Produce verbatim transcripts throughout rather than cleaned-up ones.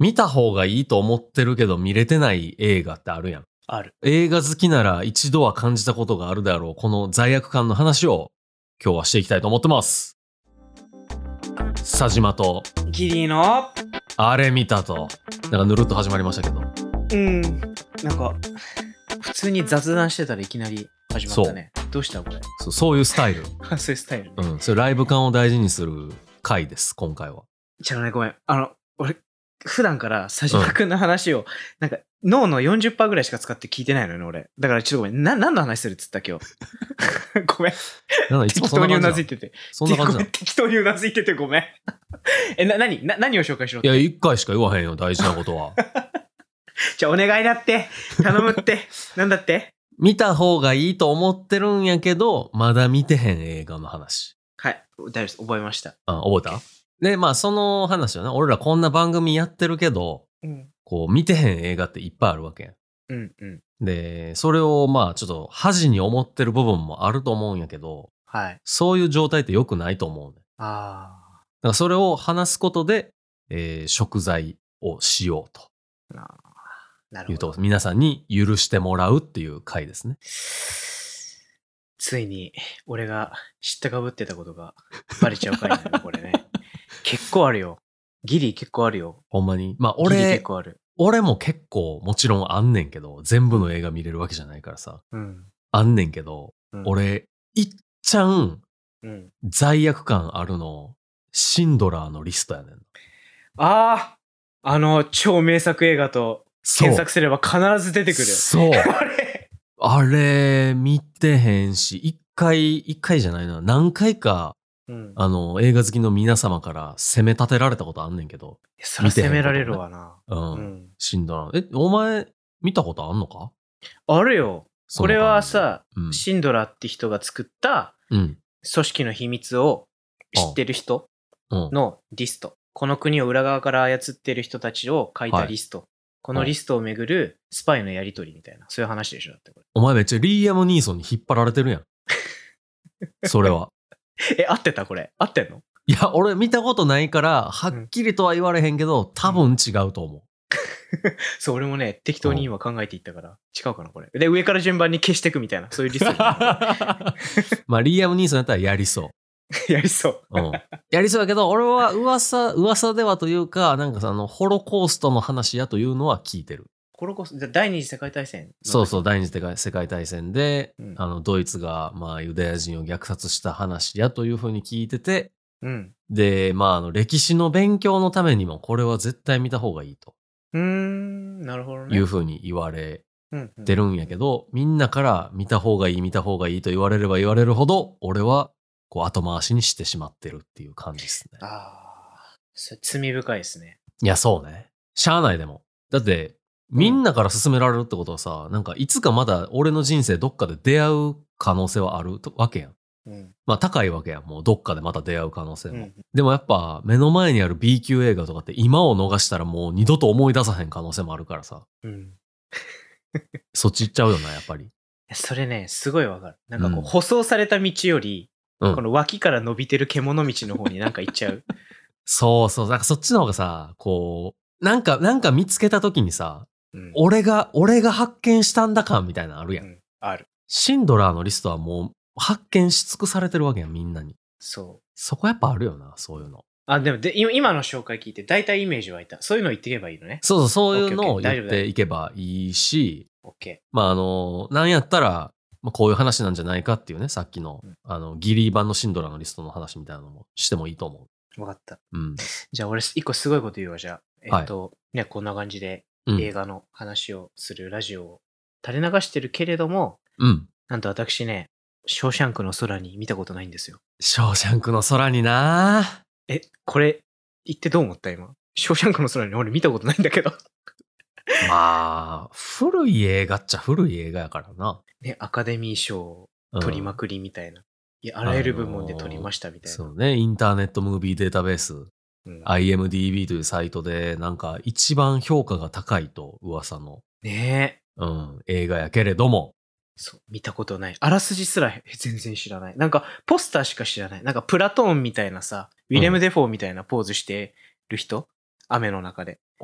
見た方がいいと思ってるけど見れてない映画ってあるやん。 ある。 映画好きなら一度は感じたことがあるであろう、この罪悪感の話を今日はしていきたいと思ってます。佐島とギリのあれ見たと、なんかぬるっと始まりましたけど。 うん。なんか、普通に雑談してたらいきなり始まったね。どうしたこれ。 そう、そういうスタイル。 そういうスタイル、ね。 うん。それライブ感を大事にする回です、今回は。 じゃあね、ごめん。あの、俺、普段から佐島くんの話を、うん、なんか、脳の よんじゅっパーセント ぐらいしか使って聞いてないのよね、俺。だからちょっとごめん。な、何の話するっつった今日。ごめん。 なん適当にうなずいてて。 そんな感じなの？ 適当にうなずいててごめん。え、な、何な、何を紹介しろって。 いや、一回しか言わへんよ、大事なことは。 じゃあお願いだって。頼むって。なんだって。 見た方がいいと思ってるんやけど、まだ見てへん映画の話。 はい。大丈夫です。覚えました。 あ、覚えた？で、まあ、その話はね、俺らこんな番組やってるけど、うん、こう、見てへん映画っていっぱいあるわけやん。 うんうん。 で、それをまあ、ちょっと恥に思ってる部分もあると思うんやけど、 はい。 そういう状態って良くないと思うね。 ああ。 だからそれを話すことで、えー、贖罪をしようと。 あ、なるほど。 皆さんに許してもらうっていう回ですね。 ついに、俺が知ったかぶってたことがバレちゃう回だね、これね。結構あるよ。ギリ結構あるよ。 ほんまに。まあ俺、 結構ある。 俺も結構もちろんあんねんけど、全部の映画見れるわけじゃないからさ。 うん、あんねんけど、うん、俺、いっちゃん、うん、罪悪感あるの、シンドラーのリストやねん。 ああ、あの超名作映画と検索すれば必ず出てくる。 そう。あれあれ、見てへんし、一回、一回じゃないな、何回か、うん、あの、映画好きの皆様から責め立てられたことあんねんけど。 それ責められるわな。 うん。うん、シンドラー。え、お前、見たことあんのか？ あるよ。これはさ、うん、シンドラーって人が作った、うん、組織の秘密を知ってる人のリスト。うん、この国を裏側から操ってる人たちを書いたリスト。はい、このリストをめぐるスパイのやりとりみたいな、そういう話でしょだってこれ。 お前めっちゃリーアム・ニーソンに引っ張られてるやん。それは。 え、合ってたこれ合ってんの？ いや、俺見たことないから、はっきりとは言われへんけど、うん、多分違うと思う。 そう、俺もね、適当に今考えていったから、違うかな、これ。で、上から順番に消していくみたいな、そういうリスト。 まあ、リーアム・ニーソンやったらやりそう。 やりそう。 うん。やりそうやけど、俺は噂、噂ではというか、なんかさ、あの、ホロコーストの話やというのは聞いてる。 ホロコースト、第二次世界大戦。 そうそう、第二次世界大戦で、うん、あの、ドイツが、まあ、ユダヤ人を虐殺した話やというふうに聞いてて、うん、で、まあ、あの、歴史の勉強のためにも、これは絶対見た方がいいと。 うーん、なるほどね。 いうふうに言われてるんやけど、みんなから見た方がいい、見た方がいいと言われれば言われるほど、俺は、こう、後回しにしてしまってるっていう感じですね。 ああ、それ罪深いですね。 いや、そうね。しゃあないでも。だって、みんなから勧められるってことはさ、うん、なんかいつかまだ俺の人生どっかで出会う可能性はあるわけやん。うん、まあ高いわけやん。もうどっかでまた出会う可能性も。うん、でもやっぱ目の前にある ビー 級映画とかって今を逃したらもう二度と思い出さへん可能性もあるからさ。うん、そっち行っちゃうよな、やっぱり。 それね、すごいわかる。なんかこう、舗装された道より、うん、この脇から伸びてる獣道の方になんか行っちゃう。 そうそう。なんかそっちの方がさ、こう、なんか、なんか見つけた時にさ、うん、俺が、俺が発見したんだ感みたいなのあるやん。うん、 ある。 シンドラーのリストはもう発見し尽くされてるわけやん、みんなに。 そう。 そこやっぱあるよな、そういうの。 あ、でもで、今の紹介聞いて、大体イメージ湧いた。そういうの言っていけばいいのね。 そうそう、そういうのを言っていけばいいし、 OK。 まあ、あの、なんやったら、まあ、こういう話なんじゃないかっていうね、さっきの、うん、あの、ギリー版のシンドラーのリストの話みたいなのもしてもいいと思う。 わかった。 うん。 じゃあ俺、一個すごいこと言うわ、じゃあ。えっと、はい、ね、こんな感じで映画の話をするラジオを垂れ流してるけれども、うん。なんと私ね、ショーシャンクの空に見たことないんですよ。 ショーシャンクの空になぁ。 え、これ、言ってどう思った今。ショーシャンクの空に俺見たことないんだけど。 まあ、古い映画っちゃ古い映画やからな。 ね、アカデミー賞取りまくりみたいな。うん、いや、あらゆる部門で取りましたみたいな。 そうね、インターネットムービーデータベース、うん、アイエムディービー というサイトで、なんか一番評価が高いと噂の。 ねえ。うん、映画やけれども。 そう、見たことない。あらすじすら全然知らない。なんか、ポスターしか知らない。なんか、プラトーンみたいなさ、ウィレム・デフォーみたいなポーズしてる人、うん、雨の中で。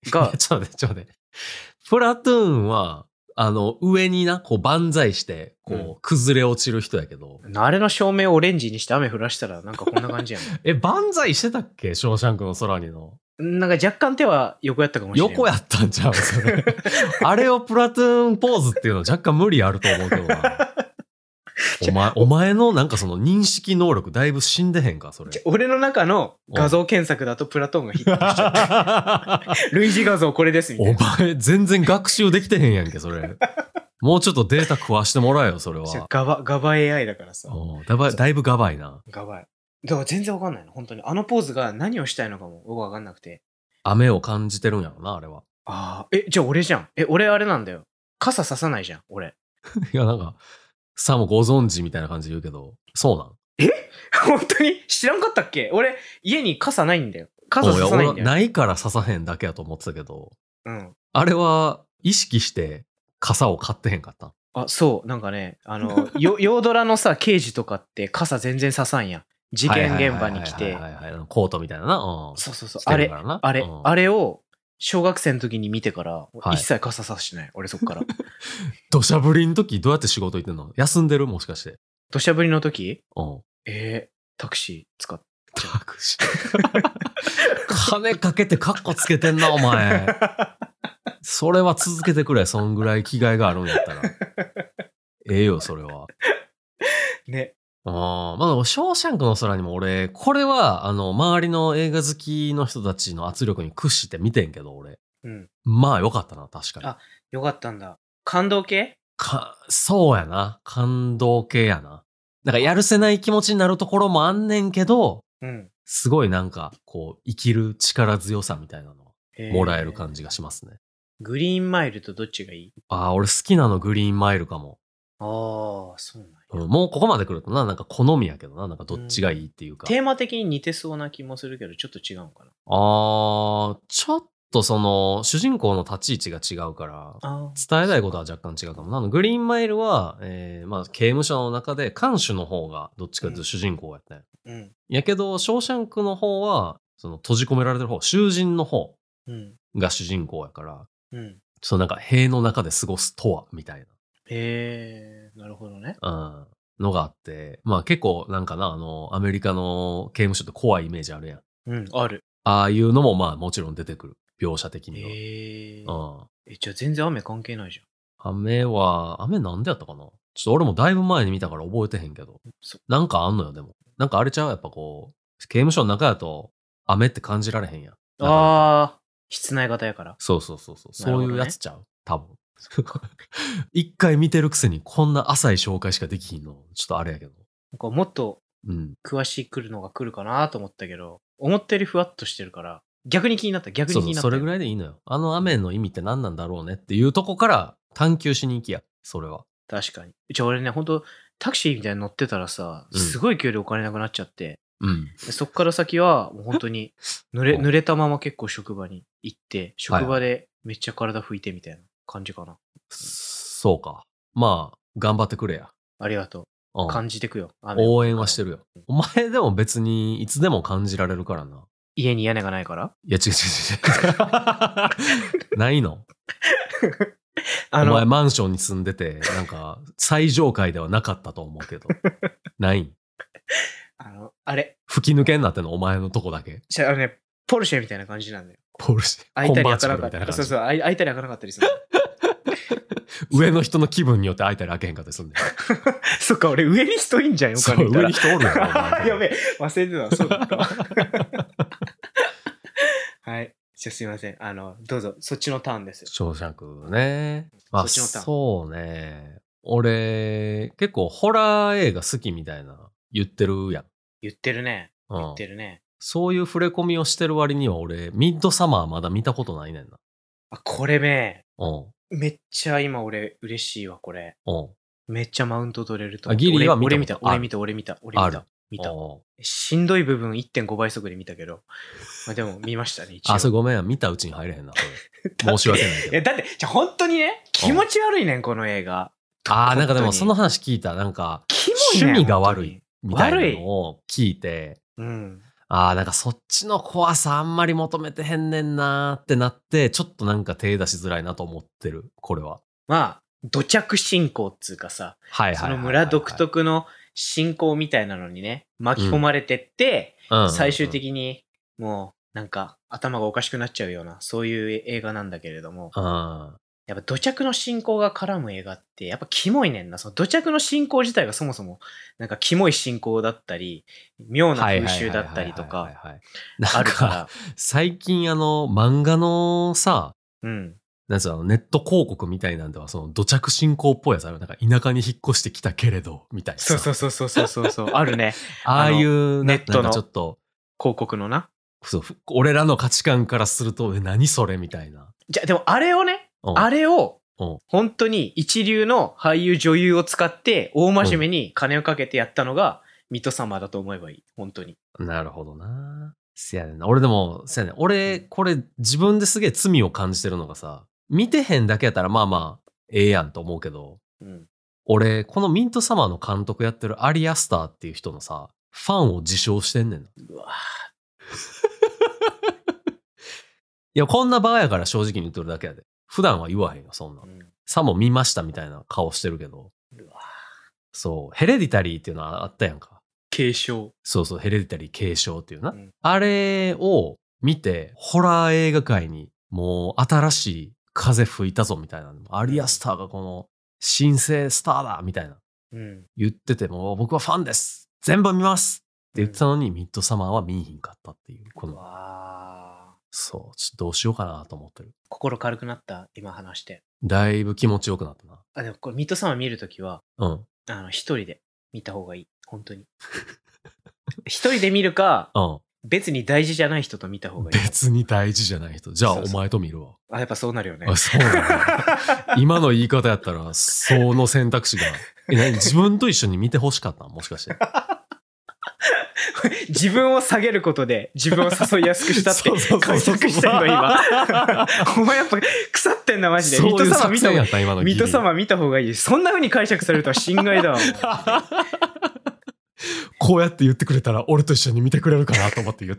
が。 ちょっと待って、ちょっと待って。プラトゥーンは、あの、上にな、こう、万歳して、こう、うん、崩れ落ちる人やけど。 あれの照明をオレンジにして雨降らしたら、なんかこんな感じやん。 え、万歳してたっけショーシャンクの空にの。 なんか若干手は横やったかもしれない。 横やったんちゃうそれ。あれをプラトゥーンポーズっていうのは若干無理あると思うけどな。お前、お前のなんかその認識能力だいぶ死んでへんかそれ。 俺の中の画像検索だとプラトーンがヒットしちゃった。類似画像これですみたいな。お前全然学習できてへんやんけ、それ。もうちょっとデータ食わしてもらえよ、それは。 ガバ、ガバ エーアイ だからさ。 だばだいぶガバいな。 ガバい。だから全然わかんないの、本当に。あのポーズが何をしたいのかも僕わかんなくて。 雨を感じてるんやろな、あれは。 ああ、え、じゃあ俺じゃん。え、俺あれなんだよ。傘ささないじゃん、俺。 いや、なんか、さもご存知みたいな感じで言うけど、そうなん？ え本当に知らんかったっけ？俺、家に傘ないんだよ。傘ささないんだよ。 ないからささへんだけやと思ってたけど、 うん。 あれは、意識して傘を買ってへんかった？ あ、そう。なんかね、あの、よ、ヨードラのさ、刑事とかって傘全然ささんやん。事件現場に来て。 コートみたいなな。うん、 そうそうそう。あれ、あれ、うん、あれを、小学生の時に見てから、はい、一切傘さしてない。俺そっから。 土砂降りの時どうやって仕事行ってんの？休んでる？もしかして。 土砂降りの時？ うん。 えー、タクシー使って。 タクシー。金かけてカッコつけてんな、お前。それは続けてくれ。そんぐらい気概があるんやったら。ええよ、それは。 ね。 ああ、まあ、ショーシャンクの空にも俺、これは、あの、周りの映画好きの人たちの圧力に屈して見てんけど、俺。 うん。 まあ、よかったな、確かに。 あ、よかったんだ。感動系？ か、そうやな。感動系やな。なんか、やるせない気持ちになるところもあんねんけど、 うん。 すごいなんか、こう、生きる力強さみたいなのをもらえる感じがしますね。 グリーンマイルとどっちがいい？ ああ、俺好きなのグリーンマイルかも。 ああ、そうなんや、 うん。もうここまで来るとな、なんか好みやけどな、なんかどっちがいいっていうか。 うん、テーマ的に似てそうな気もするけど、ちょっと違うのかな。 ああ、ちょっとその、主人公の立ち位置が違うから、伝えたいことは若干違うかも。なのグリーンマイルは、えー、まあ刑務所の中で看守の方がどっちかというと主人公やったんや。 うん。 やけど、ショーシャンクの方は、その閉じ込められてる方、囚人の方が主人公やから、 うん。 そうなんか塀の中で過ごすとは、みたいな。 へえ、なるほどね。 うん。のがあって、まあ結構なんかな、あの、アメリカの刑務所って怖いイメージあるやん。 うん、ある。 ああいうのもまあもちろん出てくる。描写的には。 へえ。 うん。 え、じゃあ全然雨関係ないじゃん。雨は、雨なんでやったかな？ちょっと俺もだいぶ前に見たから覚えてへんけど。なんかあんのよ、でも。なんかあれちゃう？やっぱこう、刑務所の中やと雨って感じられへんやん。 ああ、室内型やから。 そうそうそうそう。そういうやつちゃう？多分。一回見てるくせにこんな浅い紹介しかできひんの。ちょっとあれやけど。 なんかもっと、詳しく来るのが来るかなと思ったけど、うん、思ったよりふわっとしてるから、逆に気になった、逆に気になった。 そうそう、それぐらいでいいのよ。あの雨の意味って何なんだろうねっていうとこから探求しに行きや、それは。 確かに。じゃあ俺ね、ほんと、タクシーみたいに乗ってたらさ、すごい勢いでお金なくなっちゃって、 うん、 そっから先は、もう本当に濡れ、濡れたまま結構職場に行って、職場でめっちゃ体拭いてみたいな感じかな。はい、 そうか。まあ、頑張ってくれや。 ありがとう。うん、感じてくよ。 応援はしてるよ。お前でも別にいつでも感じられるからな。 家に屋根がないから？ いや、違う違う違う。ないの？あのお前マンションに住んでて、なんか最上階ではなかったと思うけど。ないん？ あの、あれ。 吹き抜けになってんのお前のとこだけ。 じゃあね、ポルシェみたいな感じなんだよ。 ポルシェ。 開いたり開かなかったり。そうそう、開いたり開かなかったりする。 上の人の気分によって開いたり開けへんかったりするんだよ。 そっか、俺上に人いんじゃんよ、 そう、上に人おるやろ。 やべえ、忘れてた。そうだった。はい。じゃあすいません。あの、どうぞ、そっちのターンですよ。 ショーシャンクね。まあ、そっちのターン。そうね。俺、結構ホラー映画好きみたいな言ってるやん。 言ってるね。言ってるね。 そういう触れ込みをしてる割には俺、ミッドサマーまだ見たことないねんな。 あ、これね。 うん。 めっちゃ今俺嬉しいわ、これ。 うん。 めっちゃマウント取れると思う。 あ、ギリは見た。俺見た、俺見た、俺見た、俺見た。見た。しんどい部分 いってんご 倍速で見たけど。まあでも見ましたね、一応。 あ、それごめん。見たうちに入れへんな、これ。申し訳ないけど。 いや、だって、じゃ本当にね、気持ち悪いねん、この映画。 ああ、なんかでもその話聞いた。なんか、趣味が悪いみたいなのを聞いて、 うん。 ああ、なんかそっちの怖さあんまり求めてへんねんなーってなって、ちょっとなんか手出しづらいなと思ってる、これは。 まあ、土着信仰っつうかさ、 はいはいはいはいはい、 その村独特の信仰みたいなのにね、巻き込まれてって、うん、最終的にもうなんか頭がおかしくなっちゃうような、そういう映画なんだけれども、 うん、 やっぱ土着の信仰が絡む映画ってやっぱキモいねんな。その土着の信仰自体がそもそもなんかキモい信仰だったり、妙な風習だったりとかあるから。 最近あの漫画のさ、 うん。 なんつうのネット広告みたいなんではその土着信仰っぽいやつある。なんか田舎に引っ越してきたけれどみたいな。 そうそうそうそうそうそうあるね。 ああいうネットのちょっと広告のな。 そう俺らの価値観からするとえ何それみたいな。 じゃあでもあれをね、あれを本当に一流の俳優女優を使って大真面目に金をかけてやったのが水戸様だと思えばいい。本当に。 なるほどな。せやねんな。俺でも、せやねん。俺、これ自分ですげえ罪を感じてるのがさ、見てへんだけやったらまあまあ、ええやんと思うけど、うん、俺、このミントサマーの監督やってるアリアスターっていう人のさ、ファンを自称してんねんな。うわいや、こんなバカやから正直に言ってるだけやで。普段は言わへんよ、そんな。うん、さも見ましたみたいな顔してるけど。うわそう、ヘレディタリーっていうのはあったやんか。 継承。 そうそう、ヘレディタリー継承っていうな。うん、あれを見て、ホラー映画界にもう新しい風吹いたぞみたいな。アリアスターがこの新生スターだみたいな。うん、言ってても、僕はファンです。全部見ますって言ってたのに、うん、ミッドサマーは見いひんかったっていう。このそう、ちょっとどうしようかなと思ってる。 心軽くなった今話して。 だいぶ気持ちよくなったな。 あ、でもこれミッドサマー見るときは、うん。あの、一人で見た方がいい。本当に。一人で見るか、うん。別に大事じゃない人と見た方がいい。 別に大事じゃない人。じゃあお前と見るわ。そうそうあ、やっぱそうなるよね。 あ、そうなの。今の言い方やったら、その選択肢が。え、何自分と一緒に見て欲しかったもしかして。 自分を下げることで自分を誘いやすくしたって解釈してるの今。お前やっぱ腐ってんなマジで。ミト様見た方がいい。ミト様見た方がいい。そんな風に解釈されるとは心外だわ。 こうやって言ってくれたら俺と一緒に見てくれるかなと思って言った。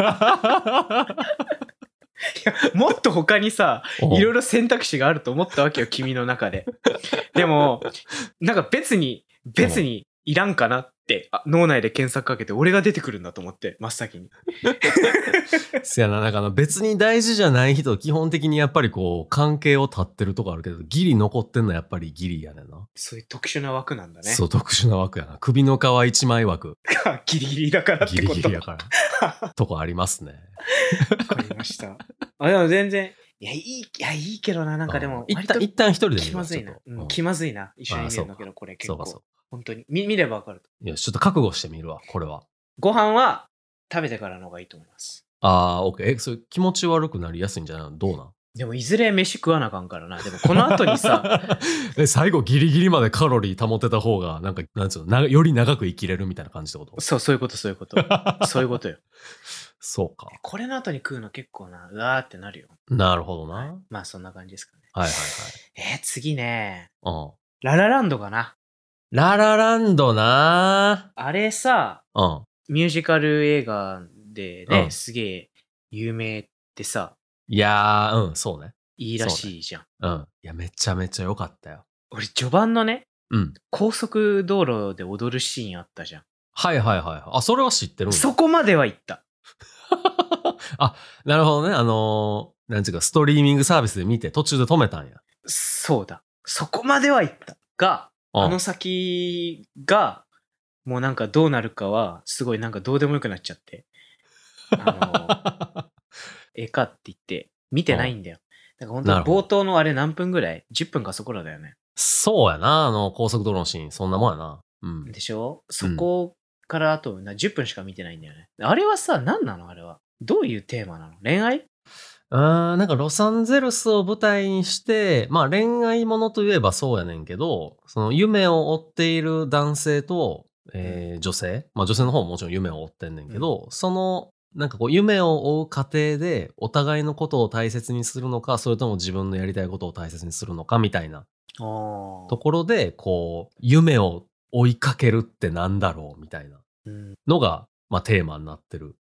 いやもっと他にさいろいろ選択肢があると思ったわけよ君の中で。でもなんか別に別にいらんかなって脳内で検索かけて俺が出てくるんだと思って真っ先に。 せやな、なんかあの別に大事じゃない人基本的にやっぱりこう関係を断ってるとこあるけどギリ残ってんのはやっぱりギリやねんな。 そういう特殊な枠なんだね。 そう特殊な枠やな。首の皮一枚枠。 ギリギリだからってこと。 ギリギリやからとこありますね。 わかりました。あでも全然いやいいいやいいけどななんかでも一旦一旦一人で見る。 気まずいな、うん、気まずいな一緒に見るんだけどこれ結構。そうかそう本当に 見, 見ればわかる。 いやちょっと覚悟してみるわこれは。 ご飯は食べてからの方がいいと思います。 ああオッケー。えそれ気持ち悪くなりやすいんじゃないの。どうなん。 でもいずれ飯食わなあかんからな。でもこの後にさえ最後ギリギリまでカロリー保てた方がなんかなんつうのなより長く生きれるみたいな感じってこと。 そうそういうことそういうことそういうことよ。 そうか。 これの後に食うの結構なうわーってなるよ。 なるほどな、 はい、まあそんな感じですかね。 はいはいはい。 えー、次ねうんララランドかな。 ララランドなあれさ、うん、ミュージカル映画でね、うん、すげえ有名ってさ。 いやー、うん、そうね。 いいらしいじゃん。 う, ね、うん。いや、めちゃめちゃ良かったよ。 俺、序盤のね、うん、高速道路で踊るシーンあったじゃん。 はいはいはい。あ、それは知ってるんだ。 そこまでは行った。 あ、なるほどね。あのー、なんていうか、ストリーミングサービスで見て途中で止めたんや。 そうだ。そこまでは行ったが、あの先が、もうなんかどうなるかは、すごいなんかどうでもよくなっちゃって。あの、ええかって言って、見てないんだよ。だから本当に冒頭のあれ何分ぐらい ?じゅっ 分かそこらだよね。 そうやな、あの高速道路のシーン、そんなもんやな。 うん。でしょそこからあとじゅっぷんしか見てないんだよね。あれはさ、何なのあれは。どういうテーマなの。恋愛あなんかロサンゼルスを舞台にして、まあ恋愛ものといえばそうやねんけど、その夢を追っている男性と、えー、女性、まあ女性の方ももちろん夢を追ってんねんけど、うん、そのなんかこう夢を追う過程でお互いのことを大切にするのか、それとも自分のやりたいことを大切にするのかみたいなところで、こう夢を追いかけるってなんだろうみたいなのが、まあテーマになってる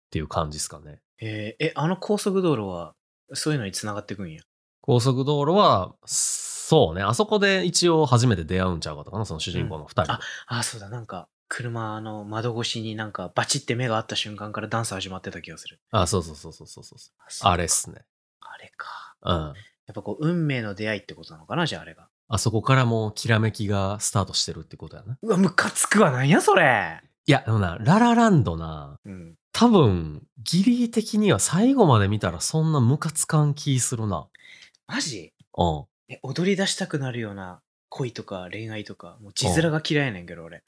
っていう感じですかね。 えー、え、あの高速道路はそういうのに繋がってくんや。 高速道路は、そうね、あそこで一応初めて出会うんちゃうかとかな、その主人公の二人、うん、 あ、あ、そうだ、なんか、車の窓越しになんかバチって目が合った瞬間からダンス始まってた気がする。 あ、そうそうそうそうそうそう。あれっすね。 あれか。 うん。 やっぱこう、運命の出会いってことなのかな、じゃああれが。 あそこからもうきらめきがスタートしてるってことやな。 うわ、ムカつくわ、なんやそれ。 いや、でもな、ララランドな、うん、多分、ギリ的には最後まで見たらそんなムカつかん気するな。 マジ？ うん。 え、踊り出したくなるような恋とか恋愛とか、もう字面が嫌いやねんけど、俺。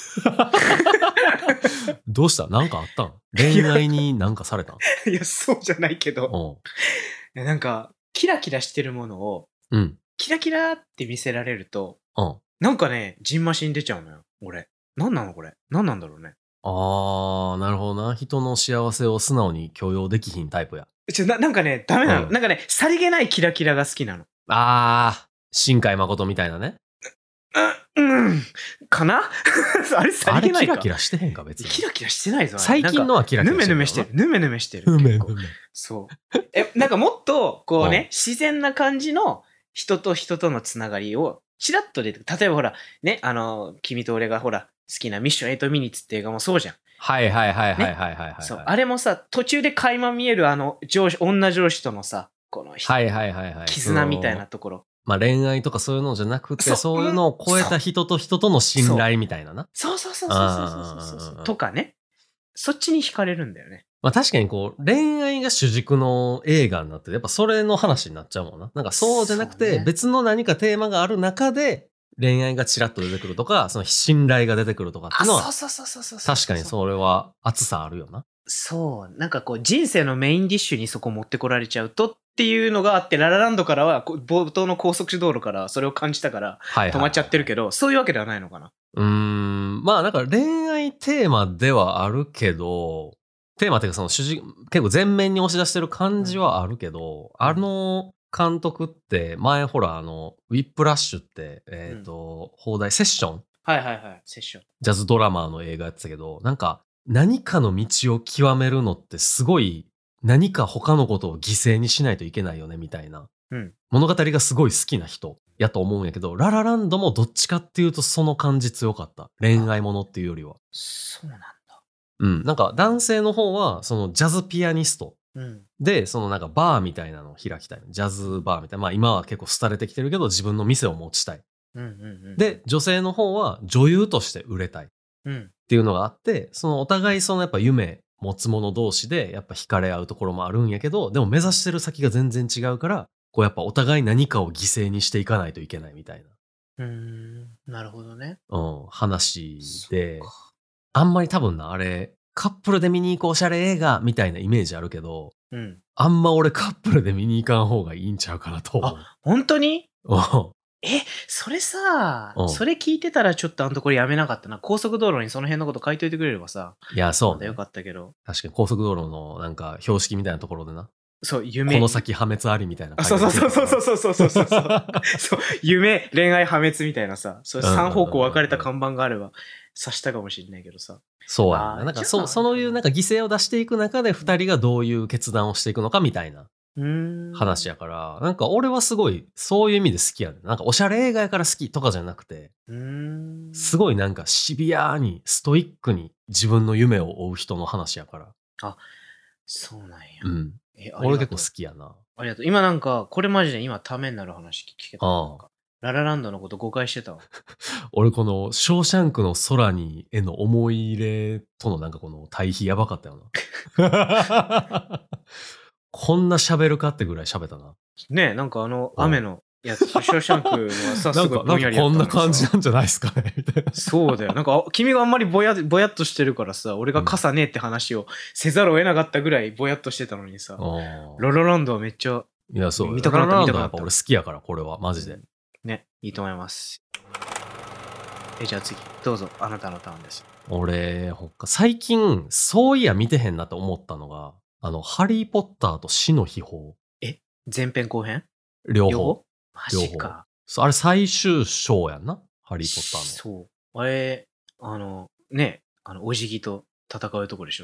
どうした？なんかあったん？恋愛になんかされたん？ いや、そうじゃないけど。うん、なんか、キラキラしてるものを、うん、キラキラって見せられると、うん、なんかね、ジンマシン出ちゃうのよ、俺。なんなのこれ？なんなんだろうね。 あー、なるほどな。人の幸せを素直に許容できひんタイプや。 ちょ、な、なんかね、ダメなの、うん。なんかね、さりげないキラキラが好きなの。 あー、新海誠みたいなね。 う、うん、かなあれさりげないか。 あれキラキラしてへんか、別に。 キラキラしてないぞ。 最近のはキラキラしてる。 ぬめぬめしてる。ぬめぬめしてる。 ぬめぬめ。 そう。え、なんかもっと、こうね、自然な感じの人と人とのつながりを、チラッと出てくる。例えばほら、ね、あの、君と俺がほら、好きなミッションエイトミニッツって映画もそうじゃん。 はいはいはいはいはいはい、はい、 そう。あれもさ、途中で垣間見えるあの、上司、女上司とのさ、この、 はいはいはいはい。 絆みたいなところ。 まあ恋愛とかそういうのじゃなくて、そう、そういうのを超えた人と人との信頼みたいなな。 そうそうそうそうそうそうそう。とかね。そっちに惹かれるんだよね。 まあ確かにこう、恋愛が主軸の映画になって、やっぱそれの話になっちゃうもんな。なんかそうじゃなくて、別の何かテーマがある中で、恋愛がチラッと出てくるとか、その信頼が出てくるとかっていうのは、確かにそれは熱さあるよな。 そう。なんかこう、人生のメインディッシュにそこ持ってこられちゃうとっていうのがあって、ララランドからは、冒頭の高速道路からそれを感じたから、止まっちゃってるけど、はいはいはい、そういうわけではないのかな。 うーん。まあなんか恋愛テーマではあるけど、テーマっていうかその主人、結構前面に押し出してる感じはあるけど、うん、あの監督って前ほらあの、ウィップラッシュって、えっ、ー、と、うん、放題セッション？ はいはいはい、セッション。 ジャズドラマーの映画やってたけど、なんか何かの道を極めるのってすごい何か他のことを犠牲にしないといけないよねみたいな、うん、物語がすごい好きな人やと思うんやけど、ララランドもどっちかっていうとその感じ強かった。恋愛ものっていうよりは。 そうなんだ。 うん。なんか男性の方はそのジャズピアニスト。うん、で、そのなんかバーみたいなのを開きたい。ジャズバーみたいな。まあ今は結構廃れてきてるけど自分の店を持ちたい。うんうんうん、で、女性の方は女優として売れたい。うん、っていうのがあって、そのお互いそのやっぱ夢持つ者同士でやっぱ惹かれ合うところもあるんやけど、でも目指してる先が全然違うから、こうやっぱお互い何かを犠牲にしていかないといけないみたいな。 うーん、なるほどね。 うん、話で、あんまり多分な、あれ、カップルで見に行こうおしゃれ映画みたいなイメージあるけど、うん、あんま俺カップルで見に行かん方がいいんちゃうかなと思う。 あ、本当に？え、それさ、それ聞いてたらちょっとあのところやめなかったな。高速道路にその辺のこと書いといてくれればさ。 いや、そう、ね。 まだよかったけど。 確かに高速道路のなんか標識みたいなところでな。 そう、夢。 この先破滅ありみたいな。 そうそうそうそうそうそうそうそうそう。そう、夢、恋愛破滅みたいなさ。そう、三方向分かれた看板があれば刺したかもしれないけどさ。 そうやな。なんかそ、そういうなんか犠牲を出していく中で二人がどういう決断をしていくのかみたいな。話やから、なんか俺はすごいそういう意味で好きやねん。なんかおしゃれ映画やから好きとかじゃなくて、すごいなんかシビアにストイックに自分の夢を追う人の話やから。 あ、そうなんや。 うん。え、俺結構好きやな。 ありがとう。今なんか、これマジで今ためになる話聞けた。なんかララランドのこと誤解してたわ。 俺このショーシャンクの空にへの思い入れとのなんかこの対比やばかったよな。こんな喋るかってぐらい喋ったな。 ねえ、なんかあの雨のやつ、ショーシャンクのはさ、すごいぼんやりやったのにさ。 なんかこんな感じなんじゃないですかねみたいな。 そうだよ。なんか君があんまりぼや、ぼやっとしてるからさ、俺が傘ねえって話をせざるを得なかったぐらいぼやっとしてたのにさ、ララランドはめっちゃいや、そう。 見たくなった、見たくなった。 俺好きやから、これは、マジで。 ね、いいと思います。え、じゃあ次、どうぞ、あなたのターンです。 俺、ほっか、最近、そういや見てへんなと思ったのが、あの、ハリーポッターと死の秘宝。 え、前編後編両方。 マジか。 そう、あれ最終章やんな、ハリーポッターの。 そう。あれ、あの、ね、あの、おじぎと戦うとこでしょ、最後。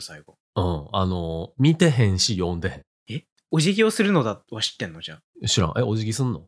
うん。あの、見てへんし読んでへん。 えお辞儀をするのだは知ってんのじゃあ。知らん。え、お辞儀すんの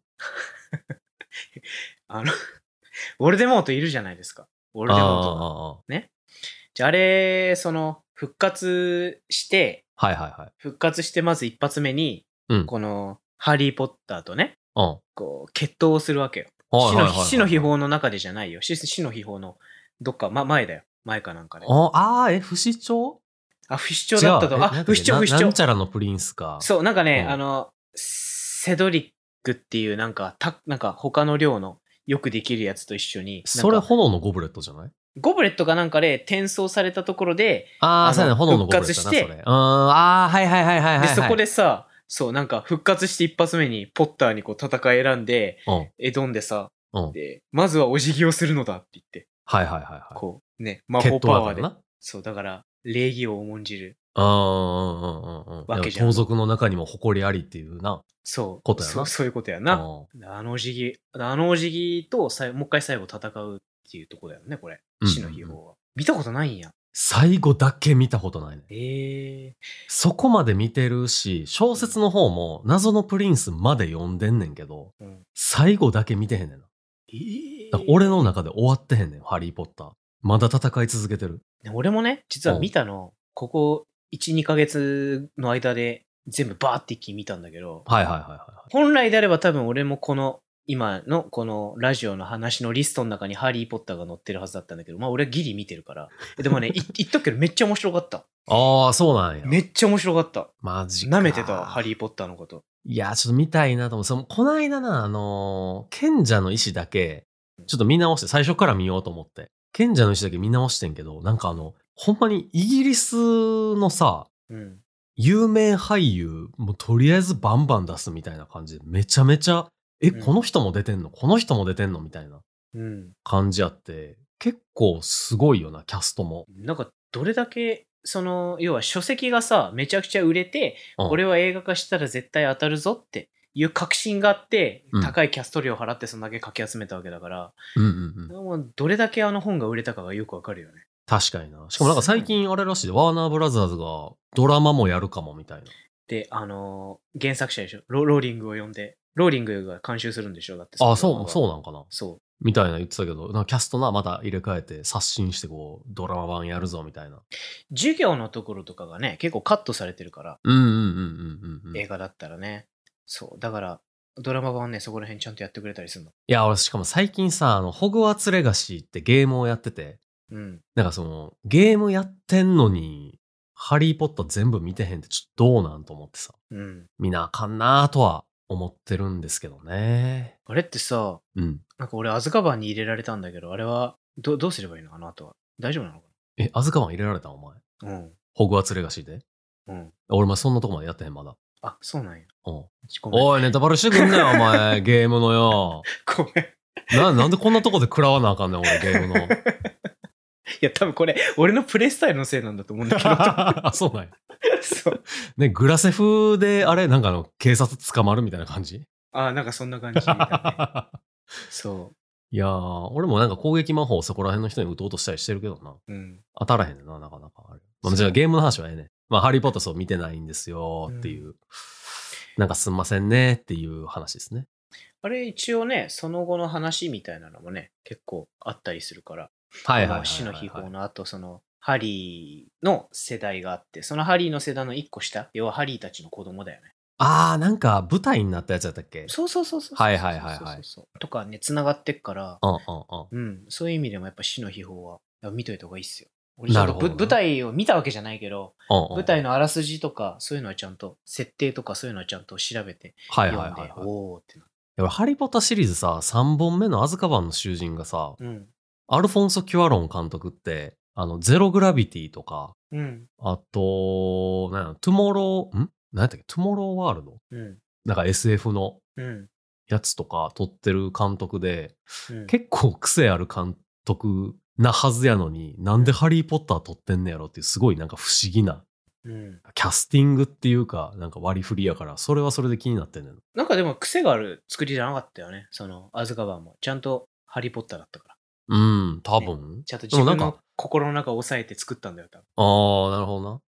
あの、ウォルデモートいるじゃないですか。ウォルデモートが。ね。じゃあ、あれ、その、復活して、 はいはいはい。 復活してまず一発目に、うん、この、ハリー・ポッターとね、うん、こう、決闘をするわけよ。死の、死の秘宝の中でじゃないよ。死死の秘宝の、どっか、ま、前だよ。前かなんかで。 ああ、え、不死鳥あ、不死鳥だったと。あ、不死鳥、不死鳥。 なんちゃらのプリンスか。 そう、なんかね、うん、あの、セドリックっていう、なんか、た、なんか他の寮のよくできるやつと一緒に。 それ炎のゴブレットじゃない？ ゴブレットかなんかで転送されたところで、 ああ、そうやね、炎のゴブレットな、それ。うん、ああ、はいはいはいはいはい、はい。 で、そこでさ、そう、なんか復活して一発目にポッターにこう戦い選んで、うん、挑んでさ、うん、で、まずはお辞儀をするのだって言って。 はいはいはいはい。 こう、ね、魔法パワーで。そう、だから、礼儀を重んじる。 ああ、うんうんうんうん。わけじゃん。盗賊の中にも誇りありっていうな。 そう。 ことやな。 そう、そういうことやな。あのお辞儀、あのお辞儀とさもう一回最後戦うっていうとこだよね、これ。死の秘宝は。うんうんうん、見たことないんや。 最後だけ見たことないね。 ええー。 そこまで見てるし、小説の方も謎のプリンスまで読んでんねんけど、うん、最後だけ見てへんねんな。ええー。だから俺の中で終わってへんねん、ハリーポッター。まだ戦い続けてる。 俺もね、実は見たの、ここいち、にかげつの間で全部バーって一気に見たんだけど、 はいはいはいはい。 本来であれば多分俺もこの、今のこのラジオの話のリストの中にハリーポッターが載ってるはずだったんだけど、まあ俺はギリ見てるから。でもね、言っとくけどめっちゃ面白かった。 ああ、そうなんや。 めっちゃ面白かった。 マジか。 舐めてたわ、ハリーポッターのこと。 いや、ちょっと見たいなと思う。その、この間な、あのー、賢者の石だけ、ちょっと見直して、最初から見ようと思って。賢者の石だけ見直してんけど、なんかあの、ほんまにイギリスのさ、うん、有名俳優、もうとりあえずバンバン出すみたいな感じで、めちゃめちゃ、え、うん、この人も出てんのこの人も出てんのみたいな感じあって、結構すごいよな、キャストも。 なんか、どれだけ、その、要は書籍がさ、めちゃくちゃ売れて、うん、これは映画化したら絶対当たるぞっていう確信があって、うん、高いキャスト料払ってそんだけかき集めたわけだから、うんうんうん、もうどれだけあの本が売れたかがよくわかるよね。 確かにな。しかもなんか最近あれらしいで、ワーナーブラザーズがドラマもやるかもみたいな。 で、あのー、原作者でしょロ。ローリングを呼んで、ローリングが監修するんでしょだって。 あ、そう、そうなんかな。 そう。 みたいな言ってたけど、なんかキャストな、また入れ替えて刷新してこう、ドラマ版やるぞみたいな。 授業のところとかがね、結構カットされてるから。 うんうんうんうんうん。 映画だったらね。そう。だから、ドラマ版ね、そこら辺ちゃんとやってくれたりするの。 いや、俺しかも最近さ、あの、ホグワーツレガシーってゲームをやってて、うん。なんかその、ゲームやってんのに、ハリーポッター全部見てへんってちょっとどうなんと思ってさ。うん。見なあかんなとは思ってるんですけどね。 あれってさ、うん。なんか俺、アズカバンに入れられたんだけど、あれは、ど、どうすればいいのあの後は。大丈夫なのかなえ、アズカバン入れられたお前。うん。ホグワーツレガシーでうん。俺、まそんなとこまでやってへん、まだ。 あ、そうなんや。 うん。おい、ネタバレしてくんなよ、お前。ゲームのよ。 ごめん。 な、なんでこんなとこで食らわなあかんねん、俺、ゲームの。 いや、多分これ、俺のプレイスタイルのせいなんだと思うんだけど。 あ、そうなんや。 そう。 ね、グラセフで、あれ、なんかあの、警察捕まるみたいな感じああ、なんかそんな感じだね。そう。 いやー、俺もなんか攻撃魔法そこら辺の人に撃とうとしたりしてるけどな。うん。当たらへんねんな、なかなかあれ。まあ、じゃあゲームの話はええね。まあ、ハリーポッターそう見てないんですよっていう、うん、なんかすんませんねっていう話ですね。 あれ一応ね、その後の話みたいなのもね、結構あったりするから。 はいはいはいはい、はい。 死の秘宝の後、その、ハリーの世代があって、そのハリーの世代の一個下、要はハリーたちの子供だよね。 あー、なんか舞台になったやつだったっけ？ そうそうそうそう。 はいはいはいはい。 とかね、繋がってっから、 うんうんうん。 うん、そういう意味でもやっぱ死の秘宝は見といた方がいいっすよ。俺ちょっと舞台を見たわけじゃないけど、うんうん、舞台のあらすじとか、そういうのはちゃんと、設定とかそういうのはちゃんと調べて読んで、はいはいはいはい、おーってな。 俺ハリーポッターシリーズさ、さんぼんめのアズカバンの囚人がさ、うん、アルフォンソ・キュアロン監督って、あの、ゼログラビティとか、うん、あと、なんや、トゥモロー、ん何やったっけトゥモローワールド、うん、なんか エスエフ のやつとか撮ってる監督で、うん、結構癖ある監督なはずやのに、なんでハリーポッター撮ってんねやろっていうすごいなんか不思議な、うん、キャスティングっていうか、なんか割り振りやから、それはそれで気になってんねん。 なんかでも癖がある作りじゃなかったよね。その、アズカバンも。ちゃんとハリーポッターだったから。 うん、多分。 ね、ちゃんと自分の心の中を抑えて作ったんだよ、多分。 ああ、なるほどな。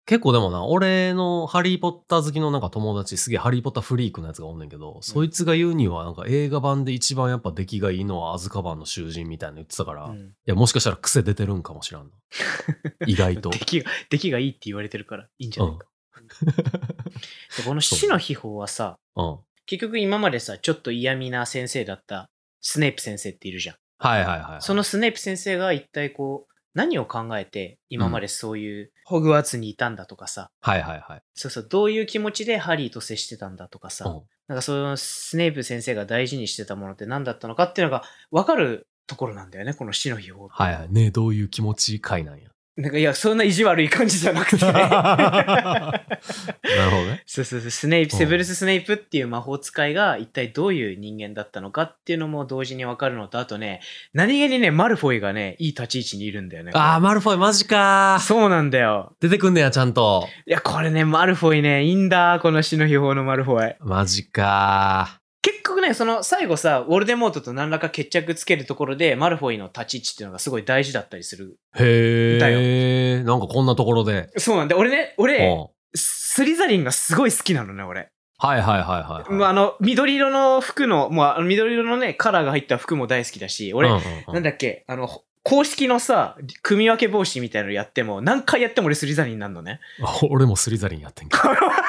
結構でもな、俺のハリーポッター好きのなんか友達、すげえハリーポッターフリークのやつがおんねんけど、うん、そいつが言うにはなんか映画版で一番やっぱ出来がいいのはアズカバンの囚人みたいなの言ってたから、うん、いやもしかしたら癖出てるんかもしらんな。意外と。 出来が、出来がいいって言われてるからいいんじゃないか。うん、この死の秘宝はさ、うん、結局今までさ、ちょっと嫌味な先生だったスネイプ先生っているじゃん。 はいはいはい、はい。 そのスネイプ先生が一体こう、何を考えて今までそういうホグワーツにいたんだとかさ、 うん、はいはいはい。 そうそう、どういう気持ちでハリーと接してたんだとかさ、うん、なんかそのスネイプ先生が大事にしてたものって何だったのかっていうのが分かるところなんだよね、この死の秘宝って。 はいはい。ね、どういう気持ちかいなんや。 なんかいや、そんな意地悪い感じじゃなくて、ね。なるほどね。 そうそうそう、スネイプ、セブルス・スネイプっていう魔法使いが一体どういう人間だったのかっていうのも同時に分かるのと、あとね、何気にね、マルフォイがね、いい立ち位置にいるんだよね。 ああ、マルフォイマジか。 そうなんだよ。 出てくんねや、ちゃんと。 いや、これね、マルフォイね、いいんだ、この死の秘宝のマルフォイ。 マジか。 結局ね、その最後さ、ウォルデモートと何らか決着つけるところで、マルフォイの立ち位置っていうのがすごい大事だったりする。 へー。なんかこんなところで。 そうなんだ。俺ね、俺、スリザリンがすごい好きなのね、俺。 はいはいはいはい、 はい。あの、緑色の服の、もうあの緑色のね、カラーが入った服も大好きだし、俺、うんうんうん、なんだっけ、あの、公式のさ、組み分け防止みたいなのやっても、何回やっても俺スリザリンになるのね。 俺もスリザリンやってんけど。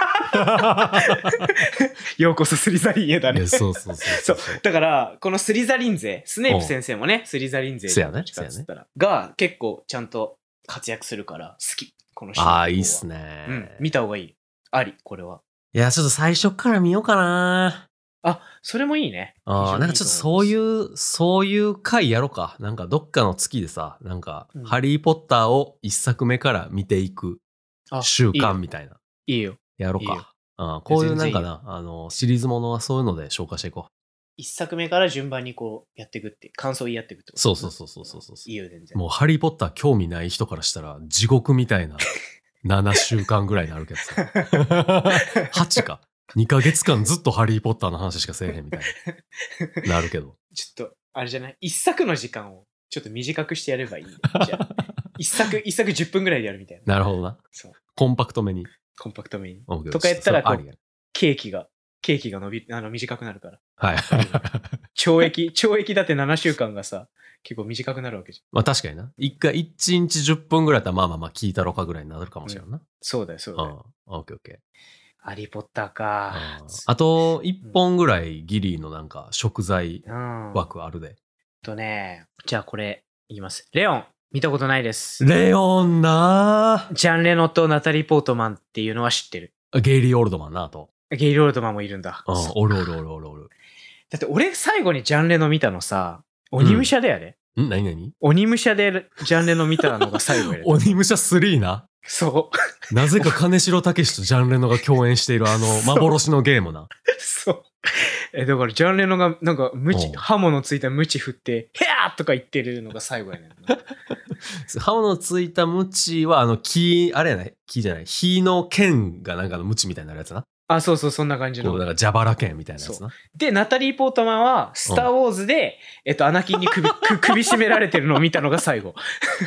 ようこそスリザリンへだね。 そうそうそうそう。だから、このスリザリン勢、スネープ先生もね、スリザリン勢どっちかっつったら、が結構ちゃんと活躍するから好き。このシーン。 ああ、いいっすね。 うん。見た方がいい。あり、これは。 いや、ちょっと最初から見ようかな。 あ、それもいいね。 ああ、なんかちょっとそういう、そういう回やろうか。なんかどっかの月でさ、なんか、うん、ハリーポッターを一作目から見ていく習慣みたいな。 いいよ。 やろうか。いいよ。あ、こういうなんかな、あの、シリーズものはそういうので消化していこう。 一作目から順番にこうやっていくって、感想言い合っていくってこと。 そうそうそうそうそうそう。 いいよ、全然。 もうハリーポッター興味ない人からしたら地獄みたいなななしゅうかんぐらいになるけどさ。はちか。にかげつかんずっとハリーポッターの話しかせえへんみたいな。なるけど。 ちょっと、あれじゃない一作の時間をちょっと短くしてやればいい、ね。じゃあ、一作、一作じゅっぷんぐらいでやるみたいな。 なるほどな。そう。コンパクトめに。 コンパクトめに。とかやったらこう、ケーキが、ケーキが伸び、あの、短くなるから。 はい。 懲役、懲役だってななしゅうかんがさ、結構短くなるわけじゃん。 まあ確かにな。一回、一日じゅっぷんぐらいだったらまあまあまあ聞いたろかぐらいになるかもしれんな。うん、 そうだよ、そうだよ。 ああ、オッケーオッケー。 ハリーポッターか。 あ, あと、一本ぐらいギリーのなんか食材枠あるで。うん、 とね、じゃあこれ、いきます。レオン、見たことないです。 レオンなー。ジャン・レノとナタリー・ポートマンっていうのは知ってる。 ゲイリー・オールドマンなと。 ゲイリー・オールドマンもいるんだ。 うん、おるおるおるおるおる。 だって俺最後にジャン・レノ見たのさ、鬼武者だよね。 うん、ん何何鬼武者でジャン・レノ見たのが最後や。 鬼武者スリーな。 そう。 なぜか金城武とジャン・レノが共演しているあの幻のゲームな。 そう。え、だからジャン・レノがなんかムチ、刃物ついたムチ振って、ヘアーとか言ってるのが最後やねんな。 刃物ついたムチはあの木、あれやない木じゃない。火の剣がなんかのムチみたいになるやつな。 あ、そうそう、そんな感じの。 こう、なんか蛇腹剣みたいなやつな。 で、ナタリー・ポートマンは、スター・ウォーズで、えっと、アナキンに首、首絞められてるのを見たのが最後。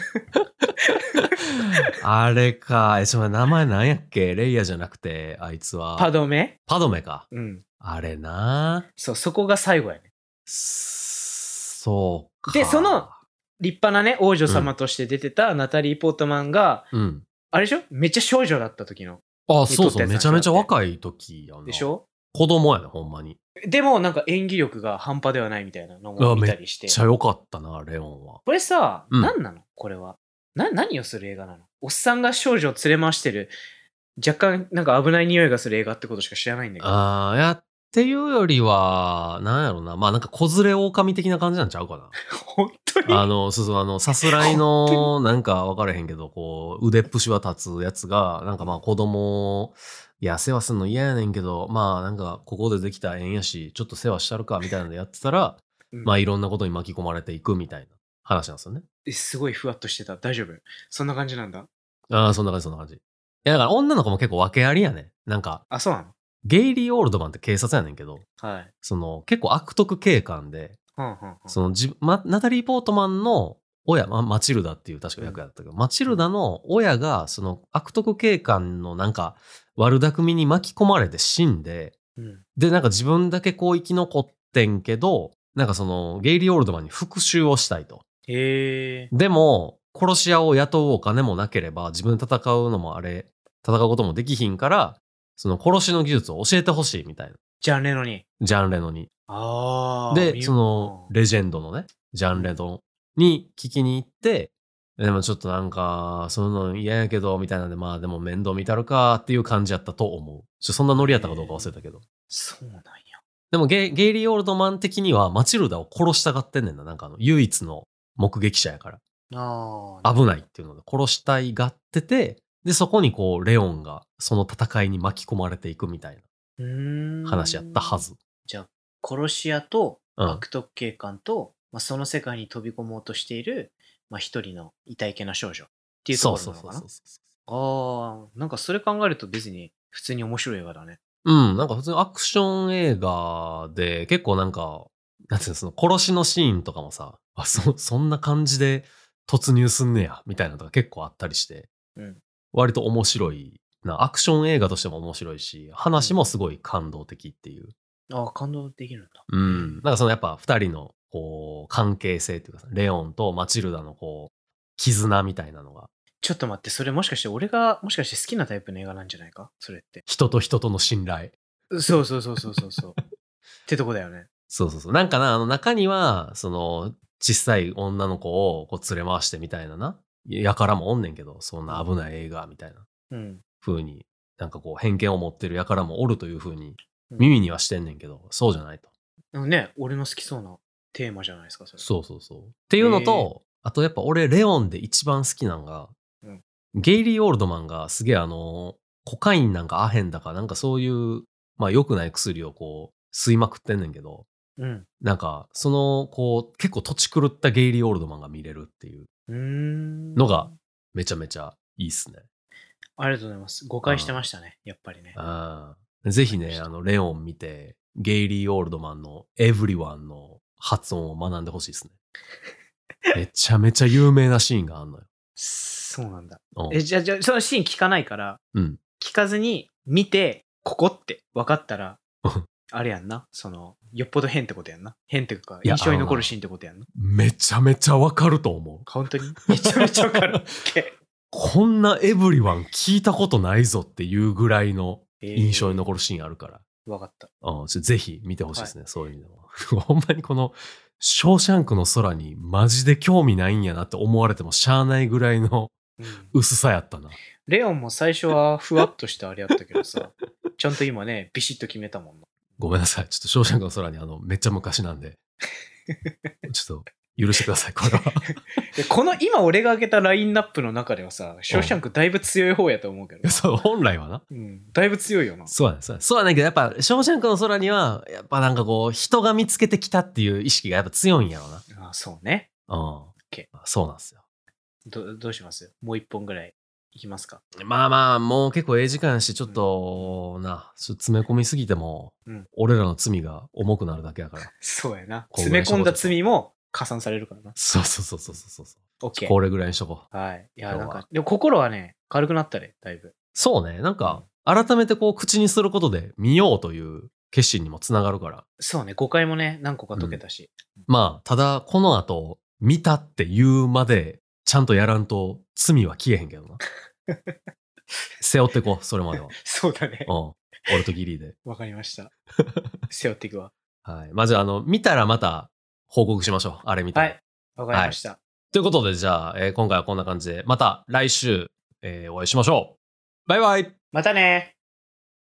あれか。え、ちょっと名前なんやっけ？レイヤじゃなくて、あいつは。 パドメ？ パドメか。 うん。 あれな。 そう、そこが最後やね。 そうか。 で、その、立派なね、王女様として出てたナタリー・ポートマンが、うん。あれでしょ？めっちゃ少女だった時の。 あ、そうそう。めちゃめちゃ若い時やな。 でしょ？ 子供やね、ほんまに。 でも、なんか演技力が半端ではないみたいなのも見たりして。 めっちゃ良かったな、レオンは。 これさ、うん、何なのこれは。な、何をする映画なの？おっさんが少女を連れ回してる、若干なんか危ない匂いがする映画ってことしか知らないんだけど。 ああ、やっていうよりは、なんやろな。まあなんか子連れ狼的な感じなんちゃうかな。 本当に？ あの、そうそう、あの、さすらいの、なんか分からへんけど、こう、腕っぷしは立つやつが、なんかまあ子供、いや、世話すんの嫌やねんけど、まあなんかここでできた縁やし、ちょっと世話したるか、みたいなのでやってたら、うん、まあいろんなことに巻き込まれていくみたいな話なんですよね。 え、すごいふわっとしてた。大丈夫？そんな感じなんだ。 ああ、そんな感じ、そんな感じ。いや、だから女の子も結構訳ありやねん。なんか。 あ、そうなの？ ゲイリー・オールドマンって警察やねんけど、 はい。 その、結構悪徳警官で、 はんはんはん、 そのじ、ま、ナタリー・ポートマンの親、まあ、マチルダっていう確か役やったけど、うん、マチルダの親がその悪徳警官のなんか悪巧みに巻き込まれて死んで、うん、でなんか自分だけこう生き残ってんけど、なんかそのゲイリー・オールドマンに復讐をしたいと。 へー。 でも殺し屋を雇うお金もなければ自分で戦うのもあれ戦うこともできひんから、その殺しの技術を教えてほしいみたいな。 ジャンレノに。 ジャンレノに。 あで、そのレジェンドのね、ジャンレノに聞きに行って、でもちょっとなんか、その嫌やけど、みたいなんで、まあでも面倒見たるかっていう感じやったと思う。ちょそんなノリやったかどうか忘れたけど。 そうなんや。 でもゲイ、ゲイリー・オールドマン的にはマチルダを殺したがってんねんな。なんかあの、唯一の目撃者やから。 あ危ないっていうので殺したいがってて、で、そこにこう、レオンがその戦いに巻き込まれていくみたいな話やったはず。 じゃあ、殺し屋と悪徳警官と、うん、まあ、その世界に飛び込もうとしている、まあ、一人の痛いけな少女っていうところなのかな。そうそうそうそう。ああ、なんかそれ考えると別に普通に面白い映画だね。 うん、なんか普通にアクション映画で結構なんか、なんていうの、その殺しのシーンとかもさ、あ、そ、そんな感じで突入すんねや、みたいなのとか結構あったりして、うん、割と面白いな。アクション映画としても面白いし、話もすごい感動的っていう。 うん、ああ、感動できるんだ。 うん。なんかそのやっぱ二人のこう関係性っていうかさ、レオンとマチルダのこう、絆みたいなのが。 ちょっと待って、それもしかして俺がもしかして好きなタイプの映画なんじゃないかそれって。 人と人との信頼。 そうそうそうそうそうそう。ってとこだよね。 そうそうそう。なんかな、あの中には、その、小さい女の子をこう連れ回してみたいなな。やからもおんねんけど、そんな危ない映画みたいな。うん。風に、なんかこう偏見を持ってるやからもおるという風に、耳にはしてんねんけど、うん、そうじゃないと。 ね、俺の好きそうなテーマじゃないですか、それ。 そうそうそう。っていうのと、あとやっぱ俺、レオンで一番好きなのが、うん、ゲイリー・オールドマンがすげえあの、コカインなんかアヘンだかなんかそういう、まあ良くない薬をこう、吸いまくってんねんけど、うん、なんか、その、こう、結構土地狂ったゲイリー・オールドマンが見れるっていうのが、めちゃめちゃいいっすね。 ありがとうございます。誤解してましたね、やっぱりね。 あぜひね、あの、レオン見て、ゲイリー・オールドマンのエブリワンの発音を学んでほしいですね。めちゃめちゃ有名なシーンがあんのよ。 そうなんだ。え、じゃあ、じゃあ、そのシーン聞かないから、うん、聞かずに見て、ここって分かったら、あれやんな。その、よっぽど変ってことやんな。変っていうか、印象に残るシーンってことやんな。 めちゃめちゃわかると思う。 本当にめちゃめちゃわかる。 こんなエブリワン聞いたことないぞっていうぐらいの印象に残るシーンあるから。 えー、わかった。 うん、ぜひ見てほしいですね、はい、そういう意味では。ほんまにこの、ショーシャンクの空にマジで興味ないんやなって思われてもしゃあないぐらいの薄さやったな。うん、 レオンも最初はふわっとしたあれやったけどさ、ちゃんと今ね、ビシッと決めたもんな。 ごめんなさい。ちょっとショーシャンクの空にあの、めっちゃ昔なんで。ちょっと、許してください、これは。 この今俺が開けたラインナップの中ではさ、ショーシャンクだいぶ強い方やと思うけど。 そう、本来はな。 うん。だいぶ強いよな。 そうやね、そうやね。そうやねんけど、やっぱ、ショーシャンクの空には、やっぱなんかこう、人が見つけてきたっていう意識がやっぱ強いんやろな。 ああ、そうね。 うん。 OK。 そうなんですよ。 ど、どうしますもう一本ぐらいいきますか。 まあまあ、もう結構ええ時間やし、ちょっと、うん、な、ちょっと詰め込みすぎても、うん、俺らの罪が重くなるだけやから。 そうやな。詰め込んだ罪も加算されるからな。 そうそうそうそうそうそう。 OK。 これぐらいにしとこう。はい。いや、なんか、でも心はね、軽くなったね、だいぶ。 そうね。なんか、うん、改めてこう、口にすることで見ようという決心にもつながるから。 そうね。誤解もね、何個か解けたし。 うん、まあ、ただ、この後、見たって言うまで、ちゃんとやらんと罪は消えへんけどな。背負ってこう、それまでは。 そうだね。 うん。俺とギリーで。 わかりました。背負っていくわ。 はい。まあ、じゃあ、あの、見たらまた報告しましょう。あれ見たら。 はい。わかりました、はい。 ということで、じゃあ、えー、今回はこんな感じで、また来週、えー、お会いしましょう。バイバイ。 またね。